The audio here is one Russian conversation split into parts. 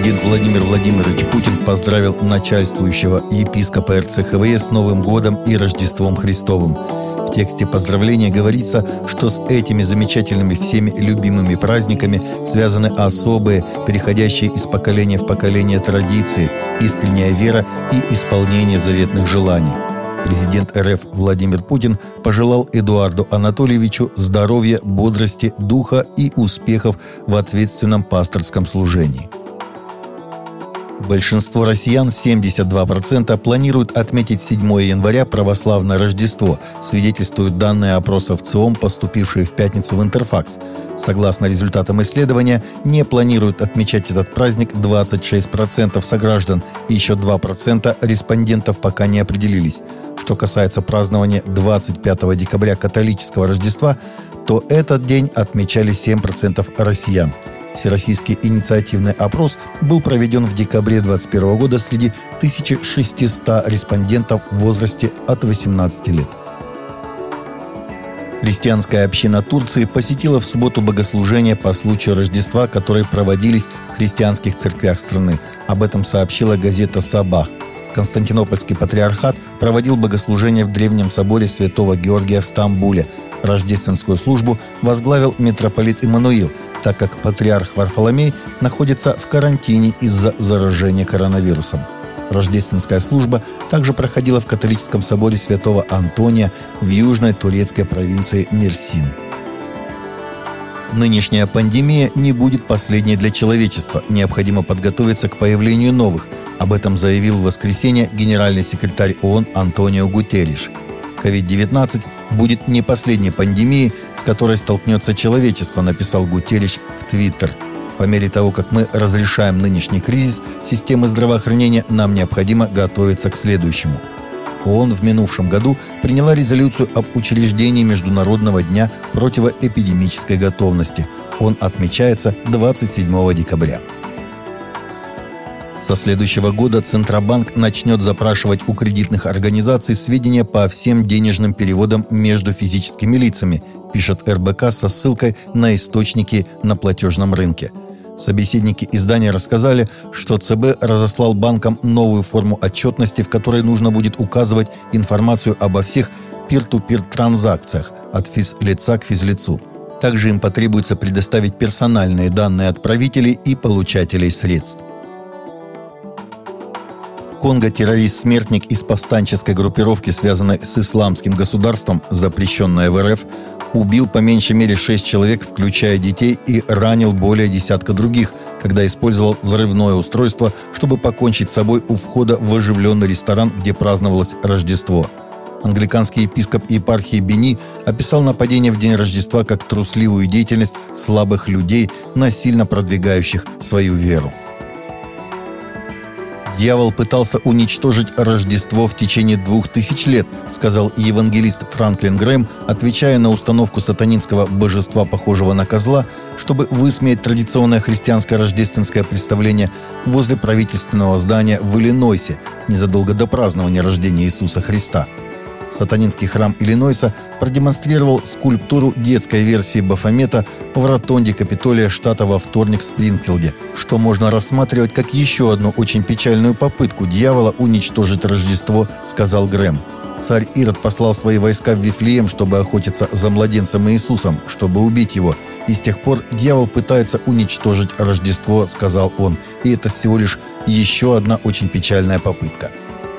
Президент Владимир Владимирович Путин поздравил начальствующего епископа РЦХВС с Новым годом и Рождеством Христовым. В тексте поздравления говорится, что с этими замечательными всеми любимыми праздниками связаны особые, переходящие из поколения в поколение традиции, искренняя вера и исполнение заветных желаний. Президент РФ Владимир Путин пожелал Эдуарду Анатольевичу здоровья, бодрости, духа и успехов в ответственном пасторском служении. Большинство россиян, 72%, планируют отметить 7 января православное Рождество, свидетельствуют данные опросов ЦИОМ, поступившие в пятницу в Интерфакс. Согласно результатам исследования, не планируют отмечать этот праздник 26% сограждан, и еще 2% респондентов пока не определились. Что касается празднования 25 декабря католического Рождества, то этот день отмечали 7% россиян. Всероссийский инициативный опрос был проведен в декабре 2021 года среди 1600 респондентов в возрасте от 18 лет. Христианская община Турции посетила в субботу богослужения по случаю Рождества, которые проводились в христианских церквях страны. Об этом сообщила газета «Сабах». Константинопольский патриархат проводил богослужение в Древнем соборе Святого Георгия в Стамбуле. Рождественскую службу возглавил митрополит Иммануил, так как патриарх Варфоломей находится в карантине из-за заражения коронавирусом. Рождественская служба также проходила в католическом соборе Святого Антония в южной турецкой провинции Мерсин. Нынешняя пандемия не будет последней для человечества. Необходимо подготовиться к появлению новых. Об этом заявил в воскресенье генеральный секретарь ООН Антонио Гутерриш. COVID-19 будет не последней пандемией, с которой столкнется человечество, написал Гутерриш в Твиттер. По мере того, как мы разрешаем нынешний кризис системы здравоохранения, нам необходимо готовиться к следующему. ООН в минувшем году приняла резолюцию об учреждении Международного дня противоэпидемической готовности. Он отмечается 27 декабря. Со следующего года Центробанк начнет запрашивать у кредитных организаций сведения по всем денежным переводам между физическими лицами, пишет РБК со ссылкой на источники на платежном рынке. Собеседники издания рассказали, что ЦБ разослал банкам новую форму отчетности, в которой нужно будет указывать информацию обо всех пир-ту-пир транзакциях от физлица к физлицу. Также им потребуется предоставить персональные данные отправителей и получателей средств. В Конго террорист-смертник из повстанческой группировки, связанной с исламским государством, запрещенной в РФ, убил по меньшей мере 6 человек, включая детей, и ранил более десятка других, когда использовал взрывное устройство, чтобы покончить с собой у входа в оживленный ресторан, где праздновалось Рождество. Англиканский епископ епархии Бени описал нападение в день Рождества как трусливую деятельность слабых людей, насильно продвигающих свою веру. «Дьявол пытался уничтожить Рождество в течение 2000 лет», сказал евангелист Франклин Грэм, отвечая на установку сатанинского божества, похожего на козла, чтобы высмеять традиционное христианское рождественское представление возле правительственного здания в Иллинойсе, незадолго до празднования рождения Иисуса Христа. Сатанинский храм Иллинойса продемонстрировал скульптуру детской версии Бафомета в ротонде Капитолия штата во вторник в Спрингфилде, что можно рассматривать как еще одну очень печальную попытку дьявола уничтожить Рождество, сказал Грэм. Царь Ирод послал свои войска в Вифлеем, чтобы охотиться за младенцем Иисусом, чтобы убить его. И с тех пор дьявол пытается уничтожить Рождество, сказал он. И это всего лишь еще одна очень печальная попытка.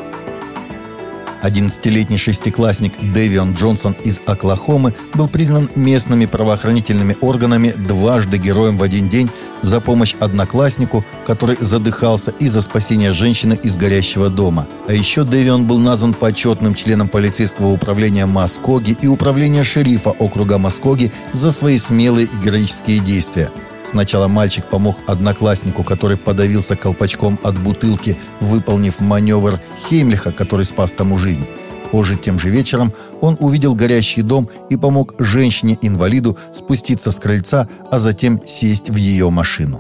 11-летний шестиклассник Дэвион Джонсон из Оклахомы был признан местными правоохранительными органами дважды героем в один день за помощь однокласснику, который задыхался, и за спасение женщины из горящего дома. А еще Дэвион был назван почетным членом полицейского управления Маскоги и управления шерифа округа Маскоги за свои смелые и героические действия. Сначала мальчик помог однокласснику, который подавился колпачком от бутылки, выполнив маневр Хеймлиха, который спас тому жизнь. Позже, тем же вечером, он увидел горящий дом и помог женщине-инвалиду спуститься с крыльца, а затем сесть в ее машину.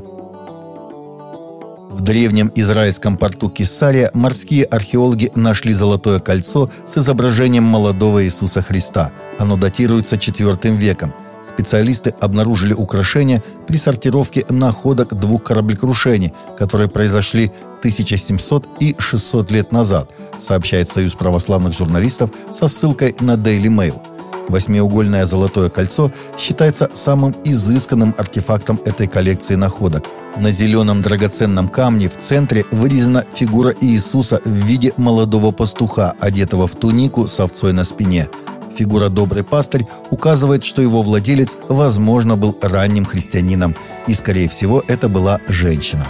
В древнем израильском порту Кесария морские археологи нашли золотое кольцо с изображением молодого Иисуса Христа. Оно датируется IV веком. Специалисты обнаружили украшения при сортировке находок 2 кораблекрушений, которые произошли 1700 и 600 лет назад, сообщает Союз православных журналистов со ссылкой на Daily Mail. Восьмиугольное золотое кольцо считается самым изысканным артефактом этой коллекции находок. На зеленом драгоценном камне в центре вырезана фигура Иисуса в виде молодого пастуха, одетого в тунику с овцой на спине. Фигура «Добрый пастырь» указывает, что его владелец, возможно, был ранним христианином, и, скорее всего, это была женщина.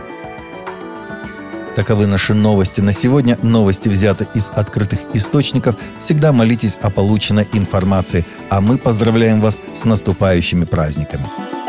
Таковы наши новости на сегодня. Новости взяты из открытых источников. Всегда молитесь о полученной информации. А мы поздравляем вас с наступающими праздниками.